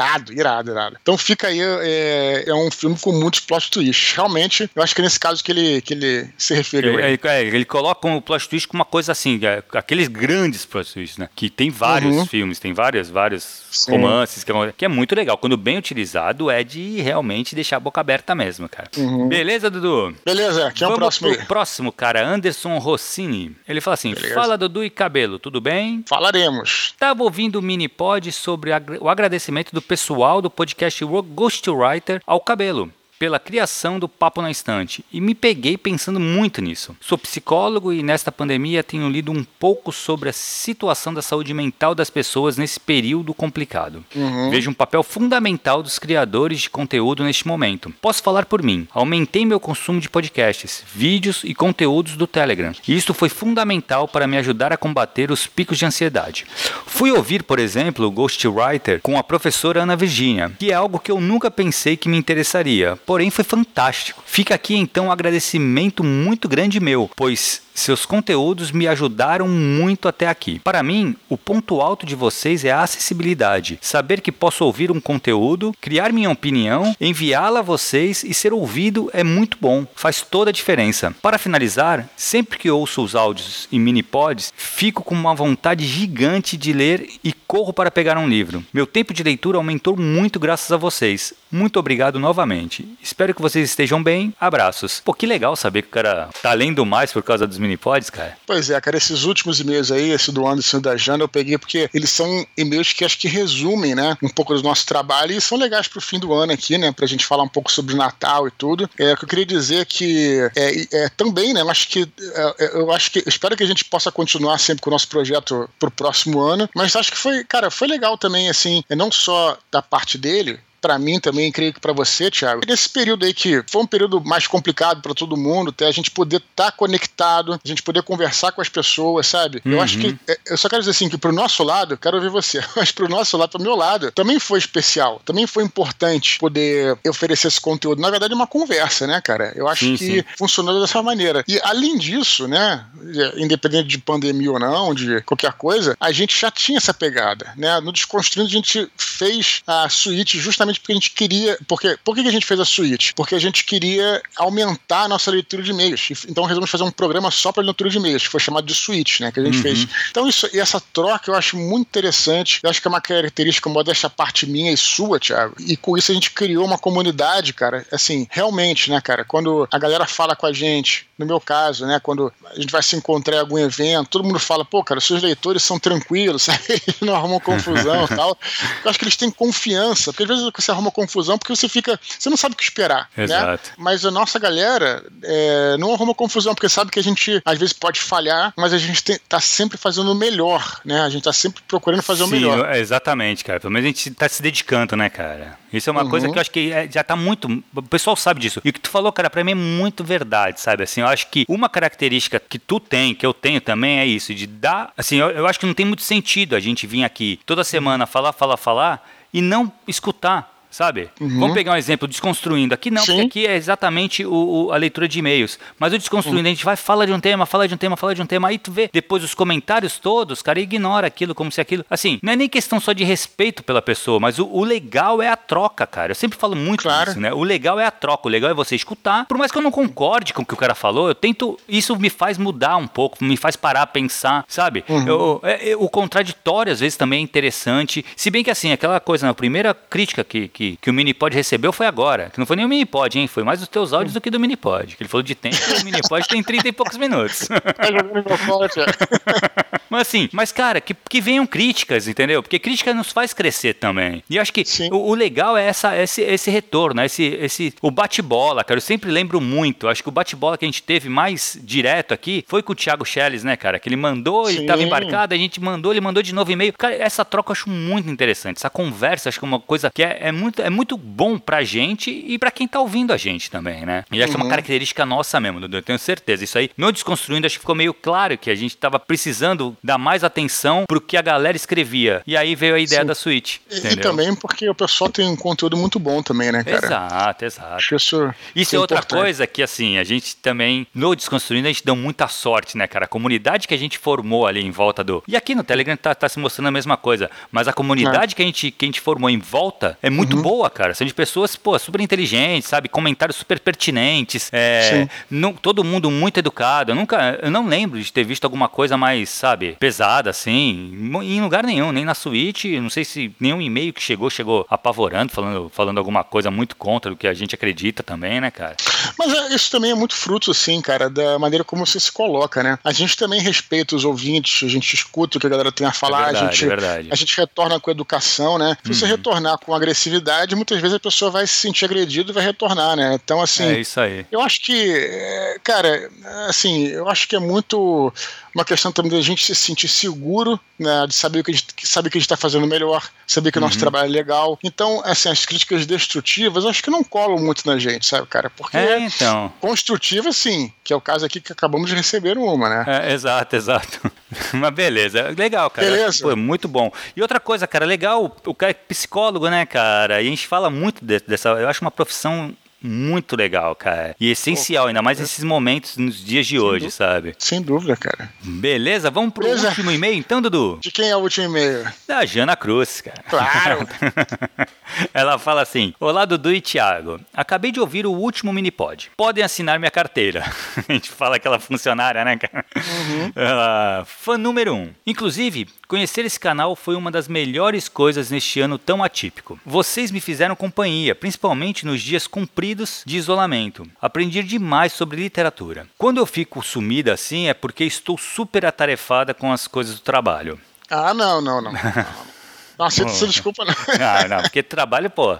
irado, irado, irado. Então fica aí, é, é um filme com muitos plot twists. Realmente, eu acho que é nesse caso que ele, que ele se referiu. Ele, é, ele coloca o plot twist como uma coisa assim, é, aqueles grandes plot twists, né? Que tem vários uhum. filmes, tem vários, vários Sim. romances, que é, que é muito legal. Quando bem utilizado, é de realmente deixar a boca aberta mesmo, cara. Uhum. Beleza, Dudu? Beleza, quem é o próximo aí? O próximo, cara, Anderson Rossini. Ele fala assim, Beleza. Fala, Dudu e Cabelo, tudo bem? Falaremos. Tava ouvindo o mini-pod sobre o agradecimento do pessoal do podcast Ghostwriter ao Cabelo pela criação do Papo na Estante, e me peguei pensando muito nisso. Sou psicólogo e nesta pandemia tenho lido um pouco sobre a situação da saúde mental das pessoas nesse período complicado. Uhum. Vejo um papel fundamental dos criadores de conteúdo neste momento. Posso falar por mim. Aumentei meu consumo de podcasts, vídeos e conteúdos do Telegram. E isso foi fundamental para me ajudar a combater os picos de ansiedade. Fui ouvir, por exemplo, o Ghostwriter com a professora Ana Virgínia, que é algo que eu nunca pensei que me interessaria. Porém, foi fantástico. Fica aqui então um agradecimento muito grande meu, pois seus conteúdos me ajudaram muito até aqui. Para mim, o ponto alto de vocês é a acessibilidade. Saber que posso ouvir um conteúdo, criar minha opinião, enviá-la a vocês e ser ouvido é muito bom. Faz toda a diferença. Para finalizar, sempre que ouço os áudios e mini-pods, fico com uma vontade gigante de ler e corro para pegar um livro. Meu tempo de leitura aumentou muito graças a vocês. Muito obrigado novamente. Espero que vocês estejam bem. Abraços. Pô, que legal saber que o cara tá lendo mais por causa dos mini-pods, cara. Pois é, cara, esses últimos e-mails aí, esse do Anderson e da Jana, eu peguei porque eles são e-mails que acho que resumem, né, um pouco do nosso trabalho e são legais pro fim do ano aqui, né, pra gente falar um pouco sobre Natal e tudo. É, o que eu queria dizer que é, é, também, né, eu acho que é, eu acho que, eu espero que a gente possa continuar sempre com o nosso projeto pro próximo ano, mas acho que foi, cara, foi legal também, assim, não só da parte dele, pra mim também, creio que pra você, Thiago, nesse período aí que foi um período mais complicado pra todo mundo, até a gente poder estar tá conectado, a gente poder conversar com as pessoas, sabe? Uhum. Eu acho que, eu só quero dizer assim, que pro nosso lado, quero ouvir você, mas pro nosso lado, pro meu lado, também foi especial, também foi importante poder oferecer esse conteúdo. Na verdade, é uma conversa, né, cara? Eu acho sim, que sim. funcionou dessa maneira. E além disso, né, independente de pandemia ou não, de qualquer coisa, a gente já tinha essa pegada, né? No Desconstruindo, a gente fez a suíte justamente porque a gente queria... Porque, por que a gente fez a suíte? Porque a gente queria aumentar a nossa leitura de e-mails. Então resolvemos fazer um programa só para leitura de e-mails, que foi chamado de suíte, né? Que a gente uhum. fez. Então isso, e essa troca eu acho muito interessante. Eu acho que é uma característica, modéstia parte minha e sua, Thiago. E com isso a gente criou uma comunidade, cara, assim, realmente, né, cara? Quando a galera fala com a gente, no meu caso, né? Quando a gente vai se encontrar em algum evento, todo mundo fala, pô, cara, seus leitores são tranquilos, sabe? Eles não arrumam confusão e tal. Eu acho que eles têm confiança, porque às vezes você arruma confusão porque você fica, você não sabe o que esperar, Exato. Né? Mas a nossa galera é, não arruma confusão, porque sabe que a gente às vezes pode falhar, mas a gente tem, tá sempre fazendo o melhor, né? A gente tá sempre procurando fazer Sim, o melhor. Exatamente, cara. Pelo menos a gente tá se dedicando, né, cara? Isso é uma uhum. coisa que eu acho que já tá muito... O pessoal sabe disso. E o que tu falou, cara, pra mim é muito verdade, sabe? Assim, eu acho que uma característica que tu tem, que eu tenho também, é isso, de dar... Assim, eu, eu acho que não tem muito sentido a gente vir aqui toda semana falar, falar, falar e não escutar. Sabe? Uhum. Vamos pegar um exemplo, Desconstruindo. Aqui não, Sim. porque aqui é exatamente o, o, a leitura de e-mails. Mas o Desconstruindo, uhum. a gente vai, fala de um tema, fala de um tema, fala de um tema, aí tu vê depois os comentários todos, cara, ignora aquilo como se aquilo... Assim, não é nem questão só de respeito pela pessoa, mas o, o legal é a troca, cara. Eu sempre falo muito claro. disso, né? O legal é a troca, o legal é você escutar. Por mais que eu não concorde com o que o cara falou, eu tento... Isso me faz mudar um pouco, me faz parar a pensar, sabe? Uhum. Eu, é, é, o contraditório, às vezes, também é interessante. Se bem que, assim, aquela coisa, né, a primeira crítica que... que Que, que o Minipod recebeu foi agora. Que não foi nem o Minipod, hein? Foi mais os teus áudios do que do Minipod. Que ele falou de tempo e o Minipod tem trinta e poucos minutos. Tá jogando meu forte, Mas assim, mas cara, que, que venham críticas, entendeu? Porque crítica nos faz crescer também. E eu acho que o, o legal é essa, esse, esse retorno, esse, esse, o bate-bola, cara. Eu sempre lembro muito. Acho que o bate-bola que a gente teve mais direto aqui foi com o Thiago Schelles, né, cara? Que ele mandou, Sim. ele tava embarcado, a gente mandou, ele mandou de novo e-mail. Cara, essa troca eu acho muito interessante. Essa conversa, acho que é uma coisa que é, é muito, é muito bom pra gente e pra quem tá ouvindo a gente também, né? E acho uhum. que é uma característica nossa mesmo, Dudu, eu tenho certeza. Isso aí, no Desconstruindo, acho que ficou meio claro que a gente tava precisando dar mais atenção pro que a galera escrevia. E aí veio a ideia Sim. da suíte. E, e também porque o pessoal tem um conteúdo muito bom também, né, cara? Exato, exato. Acho que isso, Isso é, é outra importante. Coisa que, assim, a gente também, no Desconstruindo, a gente deu muita sorte, né, cara? A comunidade que a gente formou ali em volta do... E aqui no Telegram tá, tá se mostrando a mesma coisa, mas a comunidade é. que, a gente, que a gente formou em volta é muito uhum. boa, cara. São de pessoas, pô, super inteligentes, sabe? Comentários super pertinentes, é, não, todo mundo muito educado. Eu nunca, eu não lembro de ter visto alguma coisa mais, sabe, pesada, assim, em lugar nenhum, nem na suíte, não sei se nenhum e-mail que chegou, chegou apavorando, falando, falando alguma coisa muito contra do que a gente acredita também, né, cara? Mas é, isso também é muito fruto, assim, cara, da maneira como você se coloca, né? A gente também respeita os ouvintes, a gente escuta o que a galera tem a falar, é verdade, a, gente, é verdade. a gente retorna com educação, né? Se uhum. você retornar com agressividade, muitas vezes a pessoa vai se sentir agredida e vai retornar, né? Então, assim... É isso aí. Eu acho que, cara, assim, eu acho que é muito... uma questão também da gente se sentir seguro, né, de saber que a gente sabe que a gente está fazendo melhor, saber que o nosso uhum. trabalho é legal. Então, assim, as críticas destrutivas, acho que não colam muito na gente, sabe, cara? Porque é, então. construtiva, sim, que é o caso aqui que acabamos de receber uma, né? É, exato, exato. Mas beleza, legal, cara. Beleza. Pô, muito bom. E outra coisa, cara, legal, o cara é psicólogo, né, cara? E a gente fala muito de, dessa, eu acho uma profissão muito legal, cara. E essencial, ainda mais nesses momentos, nos dias de Sem hoje, dúvida. sabe? Sem dúvida, cara. Beleza, vamos pro Beleza. último e-mail então, Dudu? De quem é o último e-mail? Da Jana Cruz, cara. Claro! Ela fala assim: olá, Dudu e Thiago. Acabei de ouvir o último Minipod. Podem assinar minha carteira. A gente fala aquela funcionária, né, cara? Uhum. Uh, fã número um. Inclusive, conhecer esse canal foi uma das melhores coisas neste ano tão atípico. Vocês me fizeram companhia, principalmente nos dias compridos de isolamento. Aprendi demais sobre literatura. Quando eu fico sumida assim é porque estou super atarefada com as coisas do trabalho. Ah, não, não, não. não. Não aceito essa desculpa, não. Ah, não, porque trabalho, pô.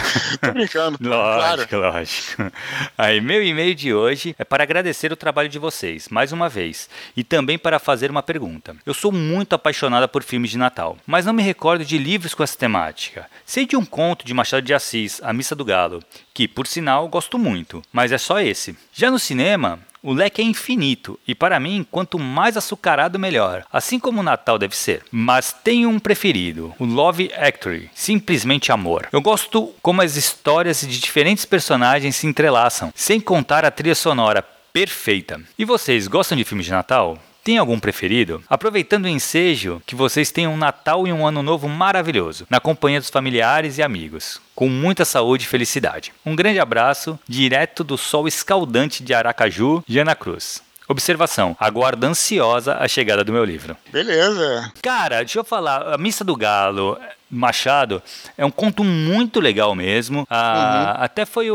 Tô brincando, pô, lógico, claro. lógico. Aí, meu e-mail de hoje é para agradecer o trabalho de vocês, mais uma vez, e também para fazer uma pergunta. Eu sou muito apaixonada por filmes de Natal, mas não me recordo de livros com essa temática. Sei de um conto de Machado de Assis, A Missa do Galo, que, por sinal, gosto muito, mas é só esse. Já no cinema... o leque é infinito e, para mim, quanto mais açucarado, melhor. Assim como o Natal deve ser. Mas tenho um preferido, o Love Actually, simplesmente amor. Eu gosto como as histórias de diferentes personagens se entrelaçam, sem contar a trilha sonora perfeita. E vocês, gostam de filmes de Natal? Tem algum preferido? Aproveitando o ensejo, que vocês tenham um Natal e um Ano Novo maravilhoso, na companhia dos familiares e amigos, com muita saúde e felicidade. Um grande abraço, direto do sol escaldante de Aracaju, Jana Cruz. Observação, aguardo ansiosa a chegada do meu livro. Beleza. Cara, deixa eu falar, a Missa do Galo... Machado é um conto muito legal mesmo. Ah, uhum. Até foi o,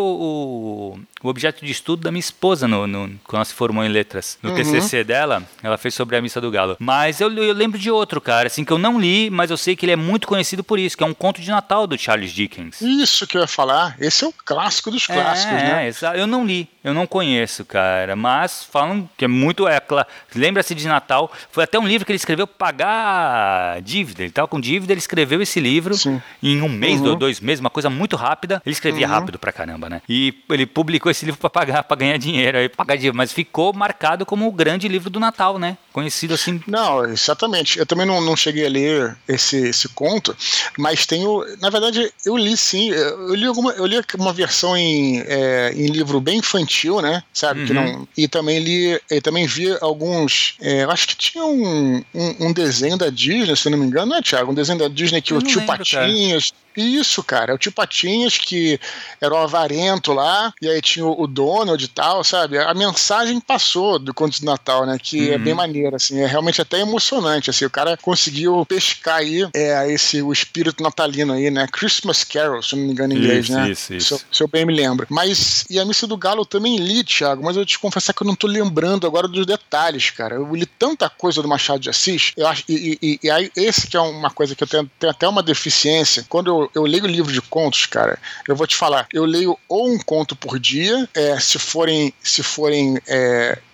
o, o objeto de estudo da minha esposa no, no, quando ela se formou em letras. No uhum. T C C dela, ela fez sobre a Missa do Galo. Mas eu, eu lembro de outro, cara, assim, que eu não li, mas eu sei que ele é muito conhecido por isso, que é um conto de Natal do Charles Dickens. Isso que eu ia falar. Esse é o clássico dos clássicos, é, né? É, eu não li, eu não conheço, cara. Mas falam que é muito... É, lembra-se de Natal. Foi até um livro que ele escreveu para pagar dívida. Ele estava com dívida, ele escreveu esse livro Sim. em um mês, uhum. dois meses, uma coisa muito rápida. Ele escrevia uhum. rápido pra caramba, né? E ele publicou esse livro pra pagar, pra ganhar dinheiro, aí pagar dinheiro, mas ficou marcado como o grande livro do Natal, né? Conhecido assim. Não, exatamente. Eu também não, não cheguei a ler esse, esse conto, mas tenho, na verdade, eu li sim, eu li alguma, eu li uma versão em, é, em livro bem infantil, né? Sabe? Uhum. Que não, e também li, eu também vi alguns, é, eu acho que tinha um, um, um desenho da Disney, se não me engano, não é, Thiago? Um desenho da Disney que eu o tio lembro, Patinhas. Cara. Isso, cara, é o tio Patinhas, que era o avarento lá, e aí tinha o Donald e tal, sabe? A mensagem passou do conto de Natal, né? Que uhum. é bem maneiro, assim, é realmente até emocionante, assim, o cara conseguiu pescar aí é, esse, o espírito natalino aí, né? Christmas Carol, se não me engano em inglês, isso, né? Isso, isso. Se eu, se eu bem me lembro. Mas, e a Missa do Galo eu também li, Thiago, mas eu te confessar que eu não tô lembrando agora dos detalhes, cara. Eu li tanta coisa do Machado de Assis, eu acho, e, e, e aí esse que é uma coisa que eu tenho, tenho até uma deficiência, quando eu eu leio livro de contos, cara, eu vou te falar, eu leio ou um conto por dia, é, se forem, se forem é,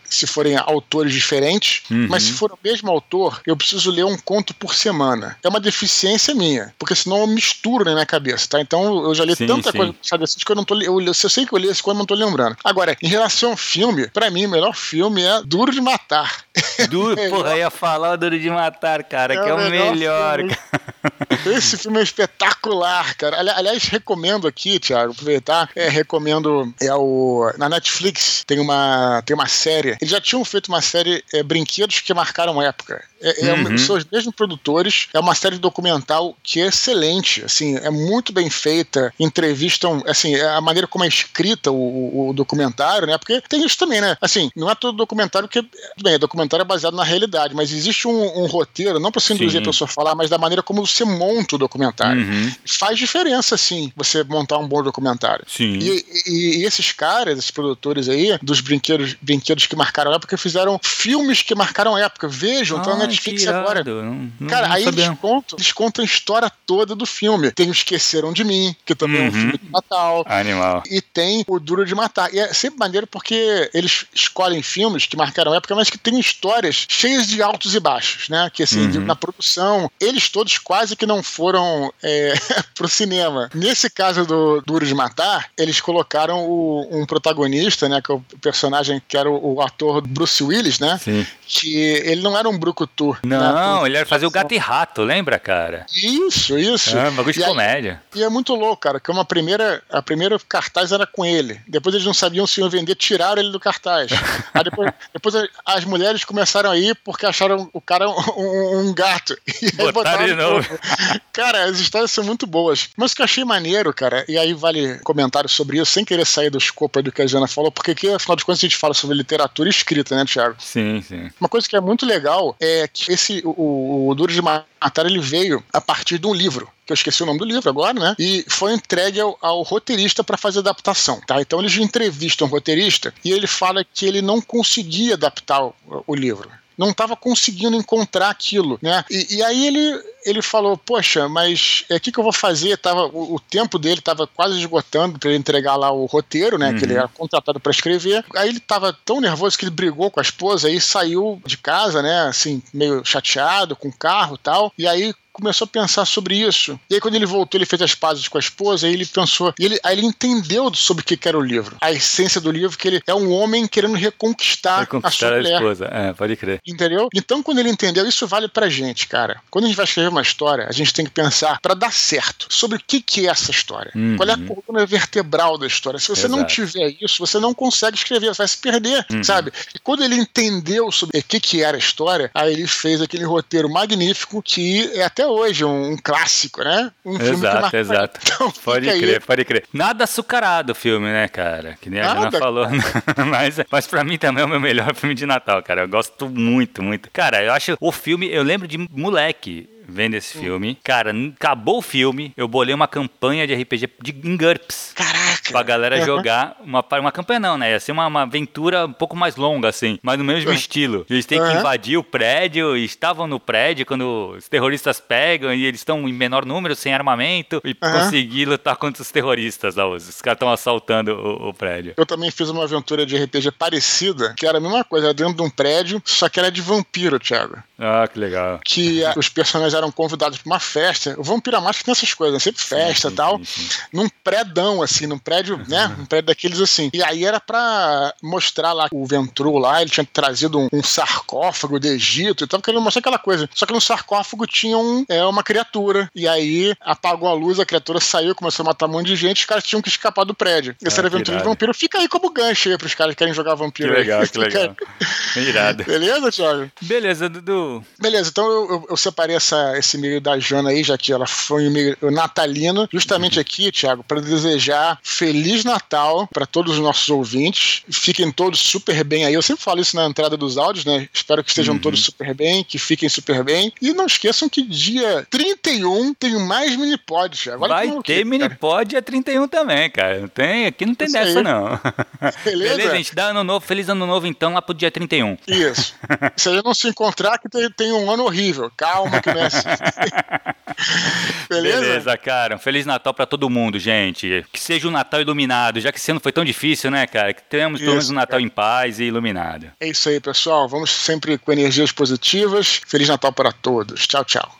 se forem autores diferentes, uhum. mas se for o mesmo autor, eu preciso ler um conto por semana. É uma deficiência minha, porque senão eu misturo na minha cabeça, tá? Então eu já li sim, tanta sim. coisa que eu não tô eu, eu sei que eu li esse quando eu não tô lembrando. Agora, em relação ao filme, pra mim, o melhor filme é Duro de Matar. Duro, porra, eu ia falar o Duro de Matar, cara, é que é o melhor, melhor cara. Esse filme é espetacular, cara. Ali, aliás, recomendo aqui, Thiago, aproveitar, é, recomendo, é o, na Netflix tem uma, tem uma série, eles já tinham feito uma série, é, Brinquedos que Marcaram Época. É, é uhum. um, são os mesmos produtores, é uma série documental que é excelente, assim, é muito bem feita, entrevistam, assim, a maneira como é escrita o, o, o documentário, né, porque tem isso também, né, assim, não é todo documentário que, bem, documentário é baseado na realidade, mas existe um, um roteiro, não para se induzir a pessoa a falar, mas da maneira como você monta o documentário. Uhum. Faz diferença, sim, você montar um bom documentário. Sim. E, e, e esses caras, esses produtores aí, dos brinquedos, brinquedos que marcaram época, fizeram filmes que marcaram época. Vejam, ah, então na Netflix agora. Não, não, cara, não aí eles contam, eles contam a história toda do filme. Tem o Esqueceram de Mim, que também uhum. é um filme de Natal. Animal. E tem o Duro de Matar. E é sempre maneiro porque eles escolhem filmes que marcaram época, mas que tem histórias cheias de altos e baixos, né? Que assim, uhum. na produção, eles todos quase que não foram é, pro cinema. Nesse caso do Duro de Matar, eles colocaram o, um protagonista, né? Que é o personagem que era o, o ator Bruce Willis, né? Sim. Que ele não era um brucutu. Não, né? ele era fazer o Gato e Rato, lembra, cara? Isso, isso. É, um bagulho de e comédia. Aí, e é muito louco, cara, que uma primeira, a primeira cartaz era com ele. Depois eles não sabiam se iam vender, tiraram ele do cartaz. Aí depois, depois as mulheres começaram a ir porque acharam o cara um, um, um gato. E aí botaram, botaram de novo. Cara, as histórias são muito boas. Mas o que eu achei maneiro, cara, e aí vale comentário sobre isso, sem querer sair do escopo do que a Jana falou, porque aqui, afinal de contas, a gente fala sobre literatura escrita, né, Thiago? Sim, sim. Uma coisa que é muito legal é que esse, o, o Duro de Matar, ele veio a partir de um livro, que eu esqueci o nome do livro agora, né? E foi entregue ao, ao roteirista para fazer adaptação, tá? Então eles entrevistam o roteirista e ele fala que ele não conseguia adaptar o, o livro. Não estava conseguindo encontrar aquilo, né? E, e aí ele, ele falou, poxa, mas o é, que, que eu vou fazer? Tava, o, o tempo dele estava quase esgotando para ele entregar lá o roteiro, né? Uhum. Que ele era contratado para escrever. Aí ele estava tão nervoso que ele brigou com a esposa e saiu de casa, né? Assim, meio chateado, com o carro e tal. E aí começou a pensar sobre isso. E aí quando ele voltou, ele fez as pazes com a esposa, aí ele pensou, e ele, aí ele entendeu sobre o que era o livro. A essência do livro, que ele é um homem querendo reconquistar, reconquistar a sua mulher. A esposa, é, pode crer. Entendeu? Então quando ele entendeu, isso vale pra gente, cara. Quando a gente vai escrever uma história, a gente tem que pensar pra dar certo sobre o que, que é essa história. Uhum. Qual é a coluna vertebral da história. Se você Exato. Não tiver isso, você não consegue escrever, você vai se perder, uhum. sabe? E quando ele entendeu sobre o que, que era a história, aí ele fez aquele roteiro magnífico que é até hoje um, um clássico, né? Um exato, filme que marca... exato. Então, pode crer, aí. pode crer. Nada açucarado o filme, né, cara? Que nem a Nada, Jana falou. mas, mas pra mim também é o meu melhor filme de Natal, cara. Eu gosto muito, muito. Cara, eu acho o filme, eu lembro de moleque vendo esse hum. filme. Cara, acabou o filme, eu bolei uma campanha de R P G de, em GURPS. Caraca! Pra galera uhum. jogar. Uma, uma campanha não, né? Ia ser uma, uma aventura um pouco mais longa, assim. Mas no mesmo uhum. estilo. Eles têm uhum. que invadir o prédio, e estavam no prédio quando os terroristas pegam e eles estão em menor número, sem armamento, e uhum. conseguir lutar contra os terroristas lá. Os, os caras estão assaltando o, o prédio. Eu também fiz uma aventura de R P G parecida, que era a mesma coisa, era dentro de um prédio, só que era de vampiro, Thiago. Ah, que legal. Que a, os personagens eram convidados para uma festa. O Vampira Máscara tem essas coisas, sempre festa e tal. Sim, sim. Num prédão, assim, num prédio, uhum. né? Um prédio daqueles assim. E aí era pra mostrar lá o Ventru lá, ele tinha trazido um, um sarcófago do Egito e tava querendo mostrar aquela coisa. Só que no sarcófago tinha um, é, uma criatura. E aí apagou a luz, a criatura saiu, começou a matar um monte de gente, os caras tinham que escapar do prédio. Essa ah, era a aventura de vampiro. Fica aí como gancho aí pros caras que querem jogar vampiro. Que legal, aí. que legal. Irado. Beleza, Thiago? Beleza, Dudu. Beleza, então eu, eu, eu separei essa, esse meio da Jana aí, já que ela foi um meio natalino, justamente uhum. aqui, Thiago, para desejar Feliz Natal para todos os nossos ouvintes. Fiquem todos super bem aí. Eu sempre falo isso na entrada dos áudios, né? Espero que estejam uhum. todos super bem, que fiquem super bem. E não esqueçam que dia trinta e um tem mais mini-pod, Thiago. Olha vai ter mini-pod dia trinta e um também, cara. Não tem, aqui não tem isso dessa, aí. Não. Beleza? Beleza, gente? Dá ano novo, feliz ano novo, então, lá pro dia trinta e um. Isso. Se a gente não se encontrar, que tem, tem um ano horrível. Calma, que não é assim. Beleza? Beleza, cara. Um Feliz Natal pra todo mundo, gente. Que seja um Natal iluminado, já que esse ano foi tão difícil, né, cara? Que tenhamos pelo menos um Natal cara. em paz e iluminado. É isso aí, pessoal. Vamos sempre com energias positivas. Feliz Natal para todos. Tchau, tchau.